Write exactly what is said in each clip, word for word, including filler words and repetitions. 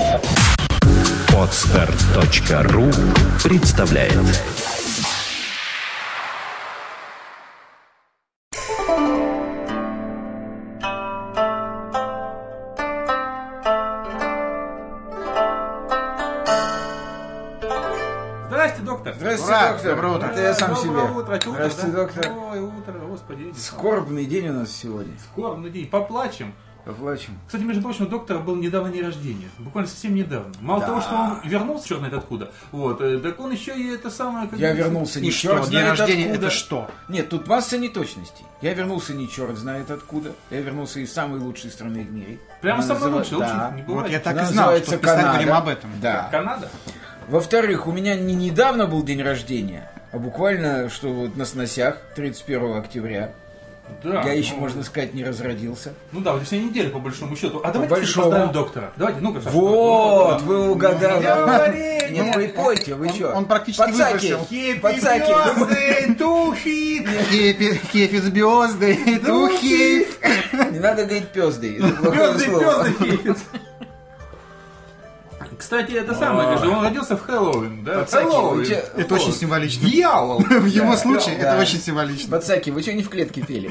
Подстер точка ру представляет. Здрасте, доктор. Здравствуйте, Ура! доктор. Доброе утро. Это я сам Доброе себе. утро. Утро, Здравствуйте, да? доктор. Ой, утро, господи. Скорбный день у нас сегодня. Скорбный день. Поплачем. Поплачем. Кстати, между прочим, у доктора был недавно день рождения. Буквально совсем недавно. Мало Да. того, что он вернулся, черт знает откуда, вот, э, так он еще и это самое... Как Я говорится, вернулся не И черт что, день знает рождения откуда. это что? Нет, тут масса неточностей. Я вернулся не черт знает откуда. Я вернулся из самой лучшей страны в мире. Прямо Она самое называ- лучшее, Да. лучше не бывает. Вот я так Она и знал, называется что постоянно Канада. говорим об этом. Да. Канада? Во-вторых, у меня не недавно был день рождения, а буквально, что вот на сносях, тридцать первого октября. Да. Я еще, ну, можно сказать, не разродился. Ну да, вот вся неделя, по большому счету. А давайте большому. поздравим доктора. Давайте, ну-ка, Саша. Вот, ну, вы угадали. говори, Нет, вы пойте, вы он- что? он практически Пацаки, выбросил. пацаки. Туфи! Кефи с звезды, тухи. Не надо говорить пёздый. Это плохое Пёздый, слово. пёздый хейфиц. Кстати, это самое, же, он родился в Хэллоуин, да? Пацаки, Хэллоуин. вы чё- Это очень символично. Дьявол! В его случае да. это очень символично. Пацаки, вы что не в клетке пели?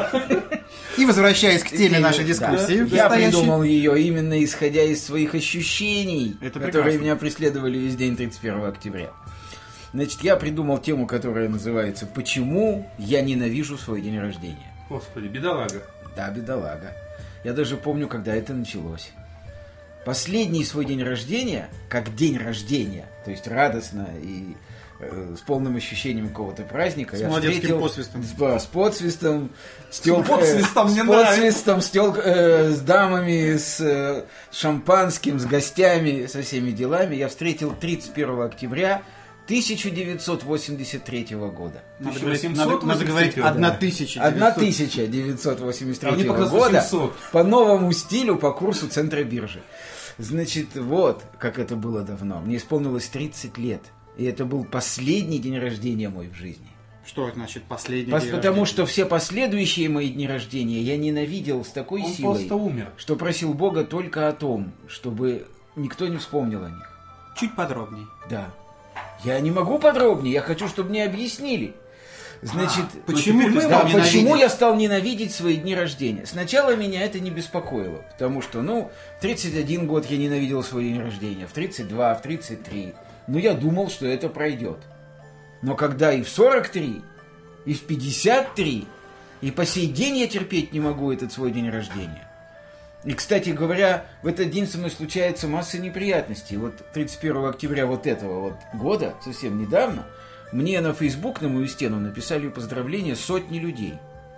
И возвращаясь к теме нашей дискуссии, Да. Я настоящей, придумал ее именно исходя из своих ощущений, Это которые прекрасно. меня преследовали весь день тридцать первого октября. Значит, я придумал тему, которая называется «Почему я ненавижу свой день рождения?» Господи, бедолага. Да, бедолага. Я даже помню, когда это началось. Последний свой день рождения, как день рождения, то есть радостно и э, с полным ощущением какого-то праздника, С я молодецким встретил посвистом. С, да, с подсвистом, с, тёл- С подсвистом, э, мне с нравится. подсвистом, с, тёл- э, с дамами, с э, шампанским, с гостями, со всеми делами. Я встретил тридцать первого октября тысяча девятьсот восемьдесят третьего года. Надо тысяча говорить, восемьсот надо- надо говорить восемьдесят третьего, тысяча девятьсот. девятьсот восемьдесят А мне третьего показалось года восемьсот. по новому стилю, по курсу Центробиржи. Значит, вот как это было давно. Мне исполнилось тридцать лет. И это был последний день рождения мой в жизни. Что значит последний Пос- день Потому рождения? что все последующие мои дни рождения я ненавидел с такой Он силой, просто умер. что просил Бога только о том, чтобы никто не вспомнил о них. Чуть подробней. Да. Я не могу подробнее, я хочу, чтобы мне объяснили. Значит, А, почему ты да, стал почему ненавидеть? я стал ненавидеть свои дни рождения? Сначала меня это не беспокоило, потому что, ну, в тридцать один год я ненавидел свой день рождения, в тридцать два, в тридцать три. Но я думал, что это пройдет. Но когда и в сорок три, и в пятьдесят три, и по сей день я терпеть не могу этот свой день рождения. И, кстати говоря, в этот день со мной случается масса неприятностей. Вот тридцать первого октября вот этого вот года, совсем недавно, мне на Facebook, на мою стену, написали поздравления сотни людей.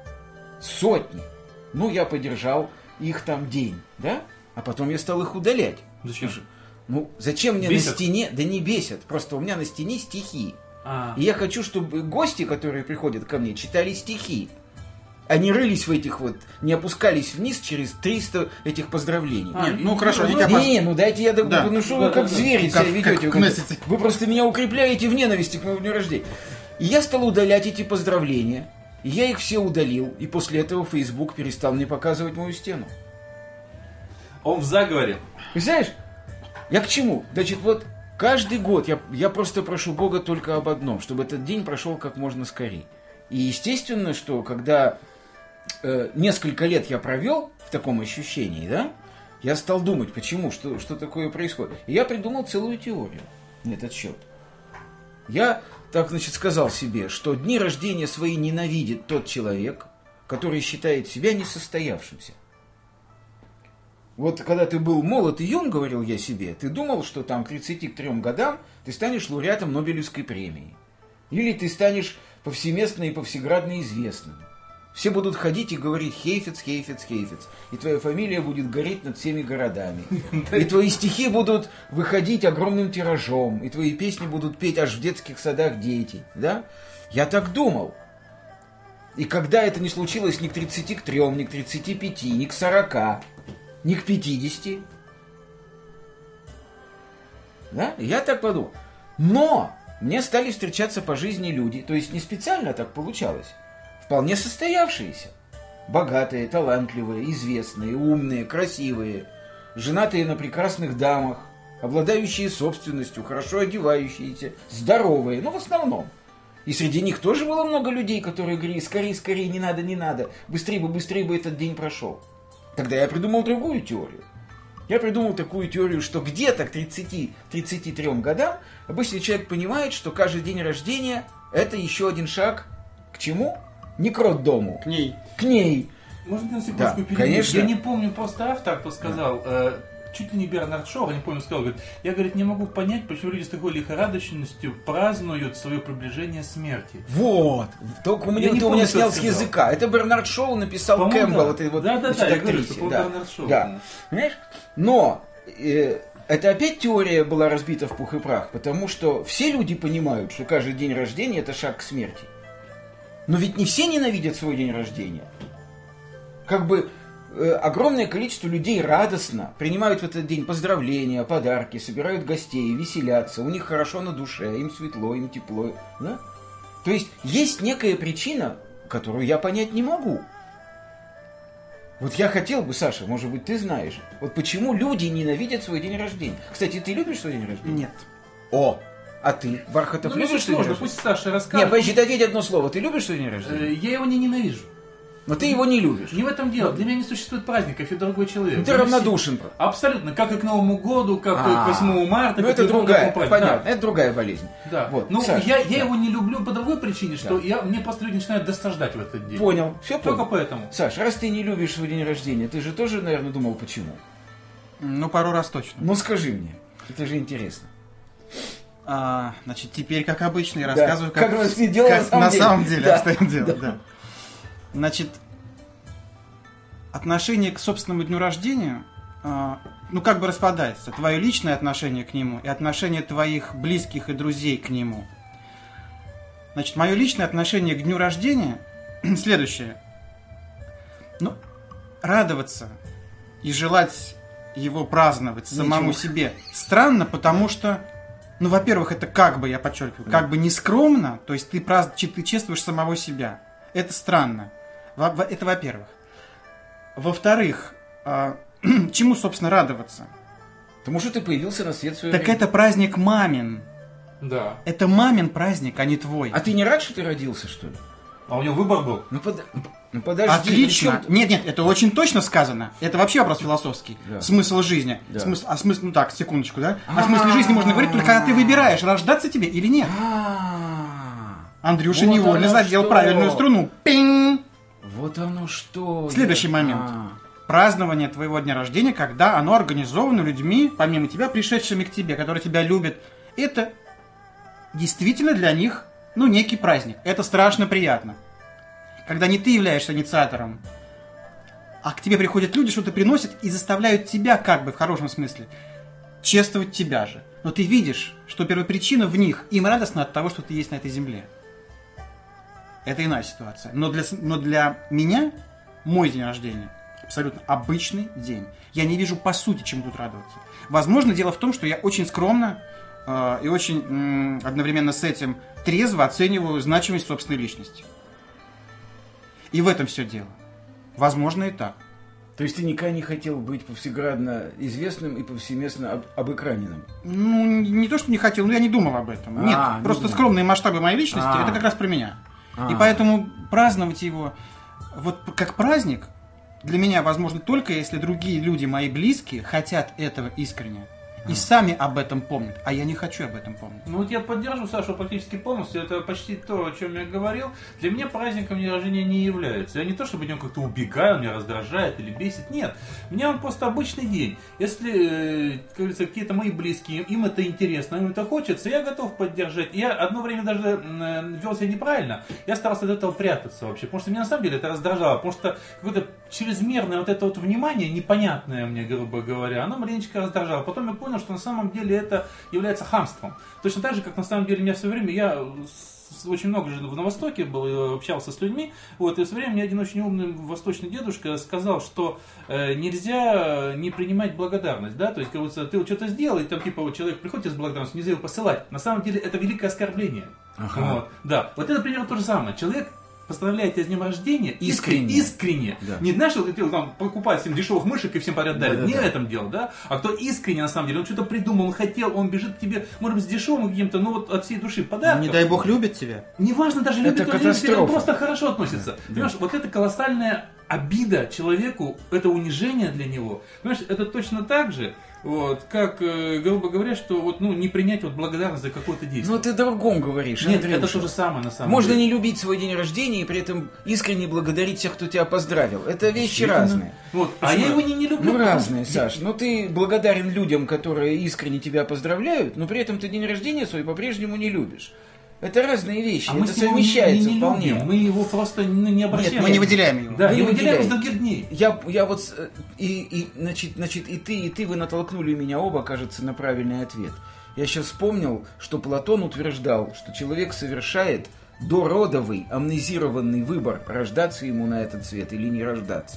Сотни. Ну, я поддержал их там день, да? А потом я стал их удалять. Зачем? Слушай, ну, зачем мне Бесят? на стене... Да не бесят, просто у меня на стене стихи. А, И я хочу, чтобы гости, которые приходят ко мне, читали стихи. Они рылись в этих вот, не опускались вниз через триста этих поздравлений. А, Не, ну хорошо, я ну, тебя Не, пос- не, ну дайте я Да. договорю, ну что Да, вы как да, да. звери Как- себя ведете. как в Вы, Кнессете. вы просто меня укрепляете в ненависти к моему дню рождения. И я стал удалять эти поздравления. И я их все удалил. И после этого Facebook перестал мне показывать мою стену. он в заговоре. Представляешь? Я к чему? Значит, вот каждый год я, я просто прошу Бога только об одном, чтобы этот день прошел как можно скорее. И естественно, что когда э, несколько лет я провел в таком ощущении, да, я стал думать, почему, что, что такое происходит. И я придумал целую теорию на этот счет. Я, так, значит, сказал себе, что дни рождения свои ненавидит тот человек, который считает себя несостоявшимся. Вот когда ты был молод и юн, говорил я себе, ты думал, что там к тридцати трём годам ты станешь лауреатом Нобелевской премии. Или ты станешь повсеместно и повсеградно известным. Все будут ходить и говорить «Хейфец, Хейфец, Хейфец». И твоя фамилия будет гореть над всеми городами. И твои стихи будут выходить огромным тиражом. И твои песни будут петь аж в детских садах дети. Да? Я так думал. И когда это не случилось ни к тридцати трём, ни к тридцати пяти, ни к сорока, ни к пятидесяти. Да? Я так подумал. Но мне стали встречаться по жизни люди, то есть не специально так получалось, вполне состоявшиеся. Богатые, талантливые, известные, умные, красивые. женатые на прекрасных дамах, обладающие собственностью, хорошо одевающиеся, здоровые, ну, в основном. И среди них тоже было много людей, которые говорили, скорее, скорее, не надо, не надо, быстрее бы, быстрее бы этот день прошел. Тогда я придумал другую теорию. Я придумал такую теорию, что где-то к тридцати-тридцати трём годам обычный человек понимает, что каждый день рождения это еще один шаг к чему? Не к роддому. К ней. К ней. Можно на секундочку Да, перебить? конечно. Я не помню просто автор, кто сказал, э, чуть ли не Бернард Шоу, я не помню, сказал, говорит, я, говорит, не могу понять, почему люди с такой лихорадочностью празднуют свое приближение смерти. Вот. Только у меня, не ты у помню, меня кто снял с сказал. языка. Это Бернард Шоу написал По-моему, Кэмпбелл, да. этой вот Да, да, значит, да, я говорю, актрисе. что Да. Бернард Шоу. Да. Понимаешь? Но э, это опять теория была разбита в пух и прах, потому что все люди понимают, что каждый день рождения это шаг к смерти. Но ведь не все ненавидят свой день рождения. Как бы э, огромное количество людей радостно принимают в этот день поздравления, подарки, собирают гостей, веселятся, у них хорошо на душе, им светло, им тепло. Да? То есть есть некая причина, которую я понять не могу. Вот я хотел бы, Саша, может быть, ты знаешь, вот почему люди ненавидят свой день рождения. Кстати, ты любишь свой день рождения? Нет. О, а ты, Бархатов, Ну, любишь не свой день сложно, рождения? пусть Саша Нет, расскажет. подожди, ответь одно слово. Ты любишь свой день рождения? Э, Я его не ненавижу. Но ты его не любишь. Не в этом дело. Для меня не существует праздников, я другой человек. Ну, ты Я равнодушен. все- Абсолютно. Как и к Новому году, как и А, к восьмому марта. Ну как это и к любому другая, празднику. понятно, Да. это другая болезнь. Да. Вот, Ну, Саш, я, я да. его не люблю по другой причине, что Да. я, мне просто люди начинают досаждать в этот день. Понял, все понял. Только поэтому. Саш, раз ты не любишь свой день рождения, ты же тоже, наверное, думал, почему? Ну, пару раз точно. Ну скажи мне, это же интересно. А, значит, теперь, как обычно, я Да. рассказываю, как, Как у нас не дело как на самом деле. Да. обстоят дела. Да. Да. Значит, отношение к собственному дню рождения, а, ну, как бы распадается. Твое личное отношение к нему и отношение твоих близких и друзей к нему. Значит, мое личное отношение к дню рождения следующее. Ну, радоваться и желать его праздновать самому Ничего. себе странно, потому что, ну, во-первых, это как бы, я подчеркиваю, как бы не скромно, то есть ты, празд... ты чествуешь самого себя. Это странно. Во- во- Это во-первых. Во-вторых, а, чему, собственно, радоваться? Потому что ты появился на свет в свое Так время. это праздник мамин. Да. Это мамин праздник, а не твой. А ты не рад, что ты родился, что ли? А у него выбор был. Ну, под... ну подожди. Отлично. причем- Нет, нет, это очень точно сказано. Это вообще вопрос философский. Да. Смысл жизни. Да. Смысл, а смысл, ну так, секундочку, да? О смысле жизни можно говорить только когда ты выбираешь, рождаться тебе или нет. А, Андрюша Вот невольно оно задел что. правильную струну. Пинг! вот оно что. Следующий Я- момент. А. Празднование твоего дня рождения, когда оно организовано людьми, помимо тебя, пришедшими к тебе, которые тебя любят. Это действительно для них, ну, некий праздник. Это страшно приятно. Когда не ты являешься инициатором, а к тебе приходят люди, что-то приносят и заставляют тебя, как бы в хорошем смысле, чествовать тебя же. Но ты видишь, что первопричина в них, им радостно от того, что ты есть на этой земле. Это иная ситуация. Но для, но для меня мой день рождения абсолютно обычный день. Я не вижу по сути, чему тут радоваться. Возможно, дело в том, что я очень скромно э, и очень м, одновременно с этим трезво оцениваю значимость собственной личности. И в этом все дело. Возможно, и так. То есть ты никогда не хотел быть повсеградно известным и повсеместно об, обэкраненным? Ну, не то, что не хотел, но я не думал об этом. А, Нет, не просто думал. скромные масштабы моей личности, А. это как раз про меня. А. И поэтому праздновать его вот как праздник для меня возможно только если другие люди, мои близкие, хотят этого искренне. И сами об этом помнят, а я не хочу об этом помнить. Ну вот я поддерживаю Сашу практически полностью. Это почти то, о чем я говорил. Для меня праздником день рождения не является. Я не то, чтобы в нем как-то убегаю, меня раздражает или бесит. Нет. Мне он просто обычный день. Если, э, как говорится, какие-то мои близкие, им это интересно, им это хочется, я готов поддержать. Я одно время даже э, вел себя неправильно. Я старался от этого прятаться вообще. Потому что меня на самом деле это раздражало. Потому что какое-то чрезмерное вот это вот внимание, непонятное мне, грубо говоря, оно маленечко раздражало. Потом я понял, что на самом деле это является хамством. Точно так же, как на самом деле меня в свое время, я с- очень много жил на Востоке, был, общался с людьми, вот, и в свое время мне один очень умный восточный дедушка сказал, что э, нельзя не принимать благодарность, да, то есть, как говорится, ты вот что-то сделал, и там типа вот человек приходит с благодарностью, нельзя его посылать. На самом деле это великое оскорбление. Ага. Вот, да, вот это примерно то же самое. Человек поздравляет тебя с днем рождения Искренне. искренне. искренне. Да. Не знаешь, что ты там покупает всем дешевых мышек и всем подряд дарит. Да, да, не да. в этом дело, да? А кто искренне на самом деле, он что-то придумал, он хотел, он бежит к тебе, может быть, с дешевым каким-то, ну вот от всей души подарком. Не дай бог любит тебя. Неважно даже любит Это он, любит, он катастрофа. просто хорошо относится. Да. Понимаешь, вот это колоссальная обида человеку, это унижение для него. Понимаешь, это точно так же, вот, как, э, грубо говоря, что вот, ну, не принять вот благодарность за какое-то действие. Ну ты о другом говоришь. Нет, Андрюша. это то же самое на самом Можно деле. не любить свой день рождения и при этом искренне благодарить тех, кто тебя поздравил. Это вещи Действительно. разные. Вот. А я его не, не люблю. Ну, потому разные, что- Саш. Но ты благодарен людям, которые искренне тебя поздравляют, но при этом ты день рождения свой по-прежнему не любишь. Это разные вещи. А мы это с него не, совмещается не, не вполне. любим, мы его просто ну, не обращаем. Мы не выделяем его. Да, Вы не не выделяем из выделяете. других дней. Я, я вот с- и, и значит, значит, и ты, и ты вы натолкнули меня оба, кажется, на правильный ответ. Я сейчас вспомнил, что Платон утверждал, что человек совершает дородовый, амнезированный выбор, рождаться ему на этот свет или не рождаться.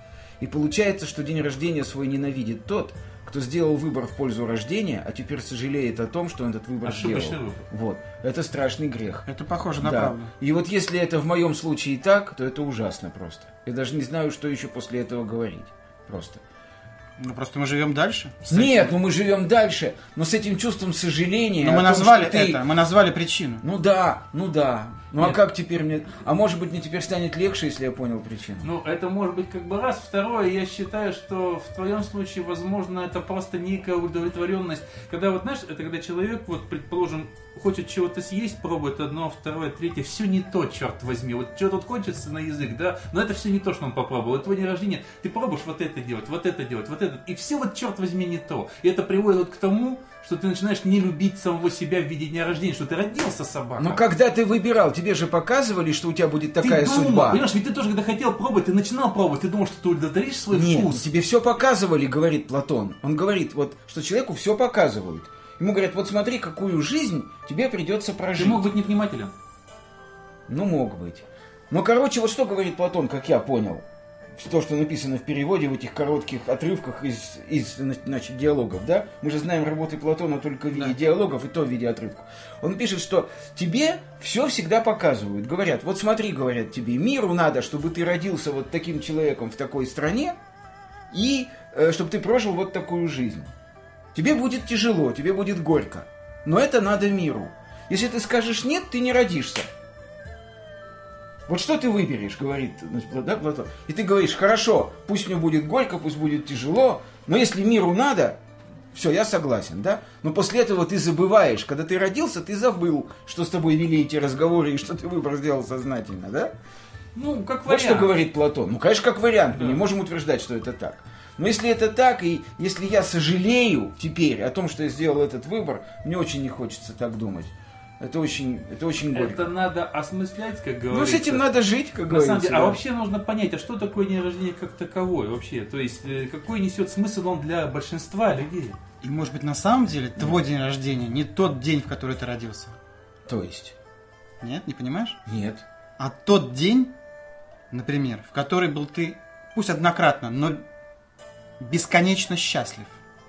И получается, что день рождения свой ненавидит тот, кто сделал выбор в пользу рождения, а теперь сожалеет о том, что он этот выбор Ошибочный сделал. выбор. Вот. Это страшный грех. Это похоже на Да. правду. И вот если это в моем случае так, то это ужасно просто. Я даже не знаю, что еще после этого говорить. Просто. Ну просто мы живем дальше. с Нет, этим. ну мы живем дальше, но с этим чувством сожаления. Но о мы том, назвали что ты- это, мы назвали причину. Ну да, ну да. Ну а Нет. как теперь мне... А может быть, мне теперь станет легче, если я понял причину? Ну, это может быть как бы раз. Второе, я считаю, что в твоем случае, возможно, это просто некая удовлетворенность. Когда вот, знаешь, это когда человек, вот, предположим, хочет чего-то съесть, пробует одно, второе, третье, все не то, черт возьми. Вот что тут хочется на язык, да, но это все не то, что он попробовал. Это твой день рождения, ты пробуешь вот это делать, вот это делать, вот это, и все вот, черт возьми, не то. И это приводит вот к тому, что ты начинаешь не любить самого себя в виде дня рождения, что ты родился собака. Но когда ты выбирал, тебе же показывали, что у тебя будет Ты такая думал, судьба. понимаешь, ведь ты тоже, когда хотел пробовать, ты начинал пробовать, ты думал, что ты удовлетворишь свой Нет, вкус. тебе все показывали, говорит Платон. Он говорит, вот, что человеку все показывают. Ему говорят, вот смотри, какую жизнь тебе придется прожить. Ты мог быть невнимателен. Ну, мог быть. Но, короче, вот что говорит Платон, как я понял, то, что написано в переводе, в этих коротких отрывках из, из значит, диалогов, да? Мы же знаем работы Платона только в виде Да. диалогов и то в виде отрывков. Он пишет, что тебе все всегда показывают. Говорят, вот смотри, говорят тебе, миру надо, чтобы ты родился вот таким человеком в такой стране, и э, чтобы ты прожил вот такую жизнь. Тебе будет тяжело, тебе будет горько, но это надо миру. Если ты скажешь нет, ты не родишься. Вот что ты выберешь, говорит, значит, да, Платон. И ты говоришь, хорошо, пусть мне будет горько, пусть будет тяжело, но если миру надо, все, я согласен, да? Но после этого ты забываешь, когда ты родился, ты забыл, что с тобой вели эти разговоры и что ты выбор сделал сознательно, да? Ну, как Вот вариант. что говорит Платон. Ну, конечно, как вариант, мы Да. не можем утверждать, что это так. Но если это так, и если я сожалею теперь о том, что я сделал этот выбор, мне очень не хочется так думать. Это очень, это очень горько. Это надо осмыслять, как говорится. Ну, с этим надо жить, как На говорится. самом деле, а да. вообще нужно понять, а что такое день рождения как таковой вообще? То есть, э, какой несет смысл он для большинства людей? И может быть на самом деле твой день рождения не тот день, в который ты родился. То есть? Нет, не понимаешь? Нет. А тот день, например, в который был ты, пусть однократно, но бесконечно счастлив.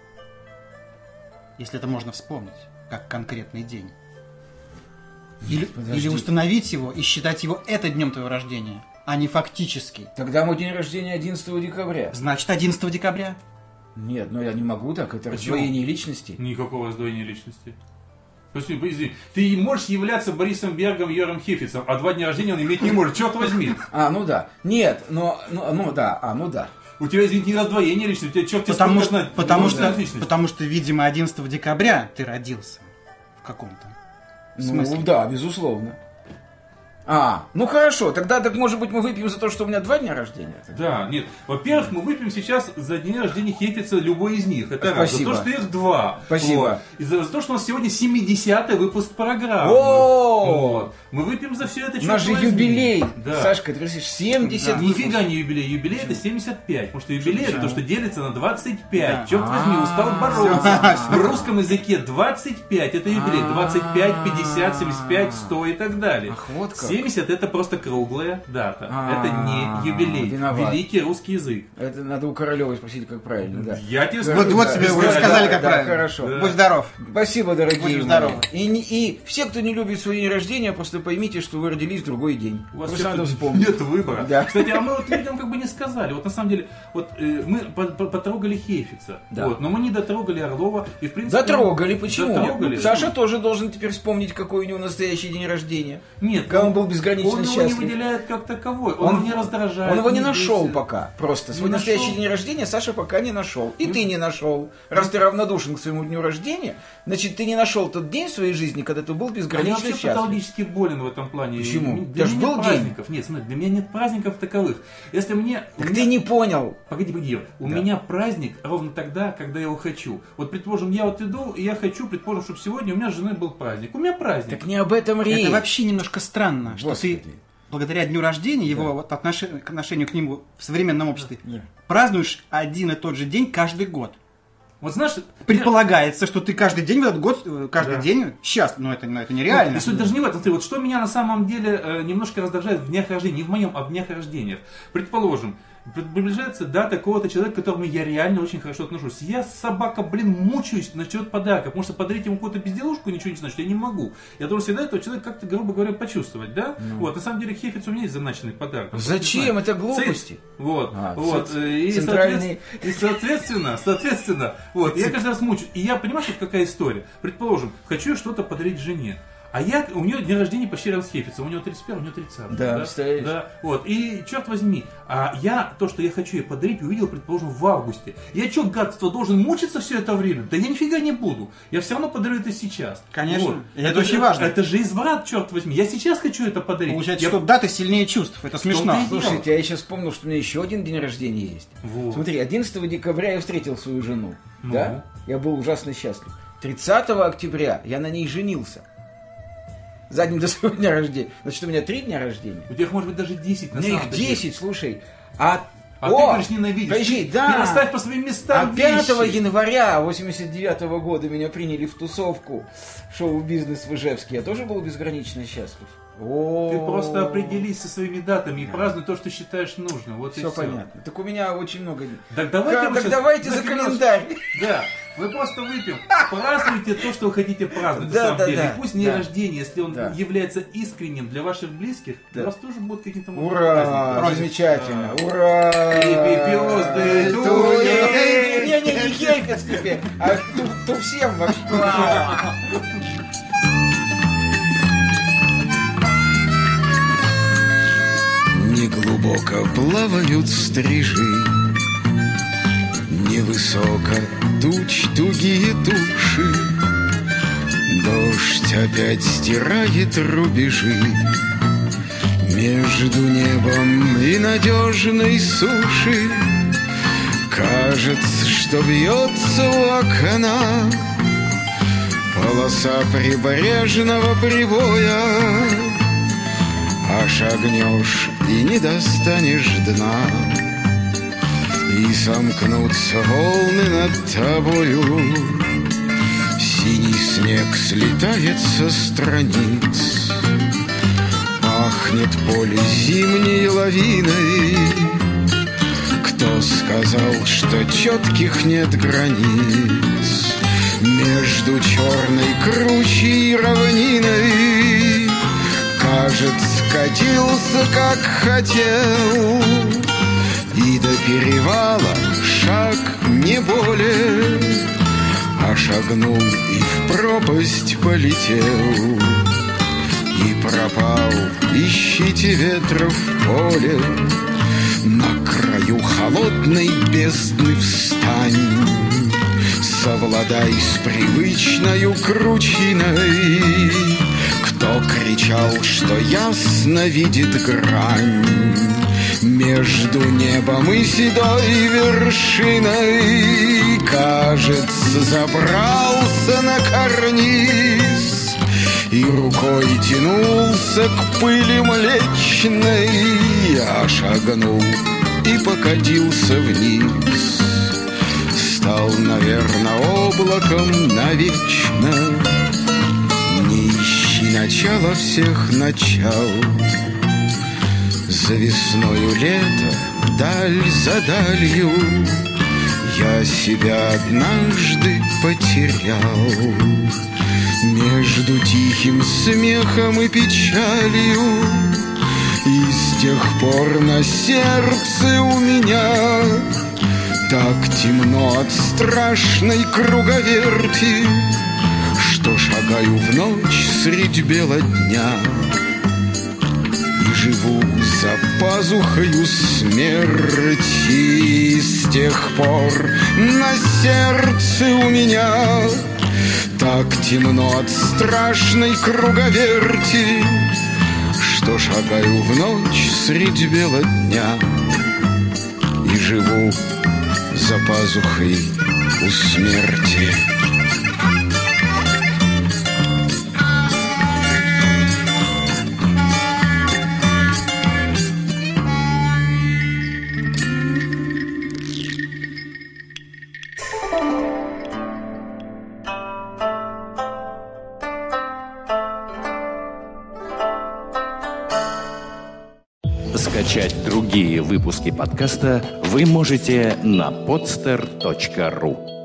Если это можно вспомнить, как конкретный день. Или, Подожди. или установить его и считать его это днем твоего рождения, а не фактически. Тогда мой день рождения одиннадцатого декабря. Значит, одиннадцатого декабря. Нет, ну я не могу так, это Почему? раздвоение личности. Никакого раздвоения личности. То есть, извини, ты можешь являться Борисом Бергом, Йором Хефицем, а два дня рождения он иметь не может, черт возьми. А, ну да. Нет, но, ну, ну да, а, ну да. У тебя, извините, не раздвоение личности, у тебя черт тебе Потому, сколько что, знать, потому, ну, что, знать личность. потому что, видимо, одиннадцатого декабря ты родился в каком-то смысле. Ну да, безусловно. А, ну хорошо, тогда, так может быть, мы выпьем за то, что у меня два дня рождения? Да, нет. Во-первых, мы выпьем сейчас за день рождения Хефица любой из них. Это раз. За Спасибо. то, что их два. Спасибо. Вот. И за, за то, что у нас сегодня семидесятый выпуск программы. О! Вот. Мы выпьем за все это. У нас черт же возьми. юбилей. Да. Сашка, ты слышишь, семьдесят Да. выпусков. Нифига не юбилей. Юбилей это семьдесят пять. Потому что юбилей это то, что делится на двадцать пять. Да. Черт возьми, устал бороться. В русском языке двадцать пять это юбилей. двадцать пять, пятьдесят, семьдесят пять, сто и так далее. Ах, вот как. семьдесят это просто круглая дата. А, Это не юбилей. виноват. Великий русский язык. Это надо у Королевой спросить, как правильно, да. Я тебе Вот- Вот, вот тебе уже сказали, как да, правильно. хорошо. Да. Будь здоров. Спасибо, дорогие Будем мои. здоровы. И, не- и все, кто не любит свой день рождения, просто поймите, что вы родились в другой день. У вас Просто что-то надо вспомнить. нет выбора. Да. Кстати, а мы вот людям как бы не сказали. Вот на самом деле, вот э, мы по- по- потрогали Хейфица, Да. вот, но мы не дотрогали Орлова. И, в принципе, Затрогали, почему? Затрогали. Саша тоже должен теперь вспомнить, какой у него настоящий день рождения. Нет, Когда он был безгранично он его счастлив. не выделяет как таковой. Он, его не раздражает. Он его не нашел бесит. пока. Просто. Не Свой нашел. настоящий день рождения Саша пока не нашел. И ты не нашел. Раз ты равнодушен к своему дню рождения, значит, ты не нашел тот день в своей жизни, когда ты был А я безгранично вообще счастлив. патологически болен в этом плане. Почему? И Это Для ж меня был нет день. праздников. Нет, смотри, для меня нет праздников таковых. Если мне... у Так меня- ты не понял. Погоди, погоди. У Да. меня праздник ровно тогда, когда я его хочу. Вот, предположим, я вот иду, и я хочу, предположим, чтобы сегодня у меня с женой был праздник. У меня праздник. Так не об этом речь. Это вообще немножко странно, что Господи. ты благодаря дню рождения, его вот отнош- к отношению к нему в современном обществе, Да. празднуешь один и тот же день каждый год. Вот знаешь... Предполагается, что ты каждый день в этот год, э, каждый Да. день счастлив. Но это, ну, это Вот, нереально. и суть даже не в этом. Смотри, вот что меня на самом деле э, немножко раздражает в днях рождения, не в моем, а в днях рождения. Предположим, приближается дата какого-то человека, к которому я реально очень хорошо отношусь. Я, собака, блин, мучаюсь насчет подарка, потому что подарить ему какую-то безделушку ничего не значит, я не могу. Я должен всегда этого человека как-то, грубо говоря, почувствовать, да? Вот, на самом деле, Хефиц у меня есть заначенный подарок. Ну. Зачем? Не знаю. Это глупости. Цель. Вот, А, вот. соц- э, И, центральный- соответственно, и соответственно, соответственно, вот, я каждый раз мучаюсь. И я, понимаешь, вот какая история? Предположим, хочу я что-то подарить жене. А я, у нее день рождения почти рядом с Хефицем. У него тридцать первое, у него тридцатое. Да, представляешь? Да, вот. И, черт возьми, а я то, что я хочу ей подарить, увидел, предположим, в августе. Я что, гадство, должен мучиться все это время? Да я нифига не буду. Я все равно подарю это сейчас. Конечно. И это очень же- важно. Это же изврат, черт возьми. Я сейчас хочу это подарить. Получается, Я- что дата сильнее чувств. Это смешно. том-то и Слушайте, а я сейчас вспомнил, что у меня еще один день рождения есть. Вот. Смотри, одиннадцатого декабря я встретил свою жену. Ну. Да? Я был ужасно счастлив. тридцатого октября я на ней женился. За день до своего дня рождения. Значит, у меня три дня рождения. У тебя их может быть даже десять на У меня самом их деле. десять, слушай. А, А О, ты говоришь, ненавидишь. подожди, Ты- да. ты расставь по своим местам А пятого вещи. января восемьдесят девятого года меня приняли в тусовку в шоу-бизнес в Ижевске. Я тоже был безгранично счастлив. О, Ты просто определись со своими датами и празднуй то, что считаешь нужным. Вот и Все всё. понятно. Так у меня очень много... Так давайте, Ка- вы так сейчас давайте за напьёшь. календарь. Да, вы просто выпьем. Празднуйте то, что вы хотите праздновать, Да, на самом да, деле. да, И пусть день да. рождения, если он Да. является искренним для ваших близких, Да. у вас тоже будет каким-то Ура! праздник. Замечательно! Ура! Happy birthday to To you. you. Не-не, не Хейфиц тебе, а ту- ту всем вообще. Неглубоко плавают стрижи, невысоко туч тугие туши. Дождь опять стирает рубежи между небом и надежной суши. Кажется, что бьется у окна полоса прибрежного прибоя, а шагнешь и не достанешь дна, и сомкнутся волны над тобою. Синий снег слетает со страниц, пахнет поле зимней лавиной. Кто сказал, что четких нет границ между черной кручей и равниной? Кажется, катился, как хотел, и до перевала шаг не более, а шагнул и в пропасть полетел, и пропал, ищите ветра в поле. На краю холодной бездны встань, совладай с привычною кручиной. Кто кричал, что ясно видит грань между небом и седой вершиной? Кажется, забрался на карниз и рукой тянулся к пыли млечной, я шагнул и покатился вниз. Стал, наверное, облаком навечно. Не ищи на начало всех начал. За весною лето, даль за далью, я себя однажды потерял. Между тихим смехом и печалью, и с тех пор на сердце у меня так темно от страшной круговерти, что шагаю в ночь средь бела дня и живу за пазухою смерти. И с тех пор на сердце у меня так темно от страшной круговерти, что шагаю в ночь средь бела дня и живу за пазухой у смерти. Скачать другие выпуски подкаста вы можете на podster точка ру.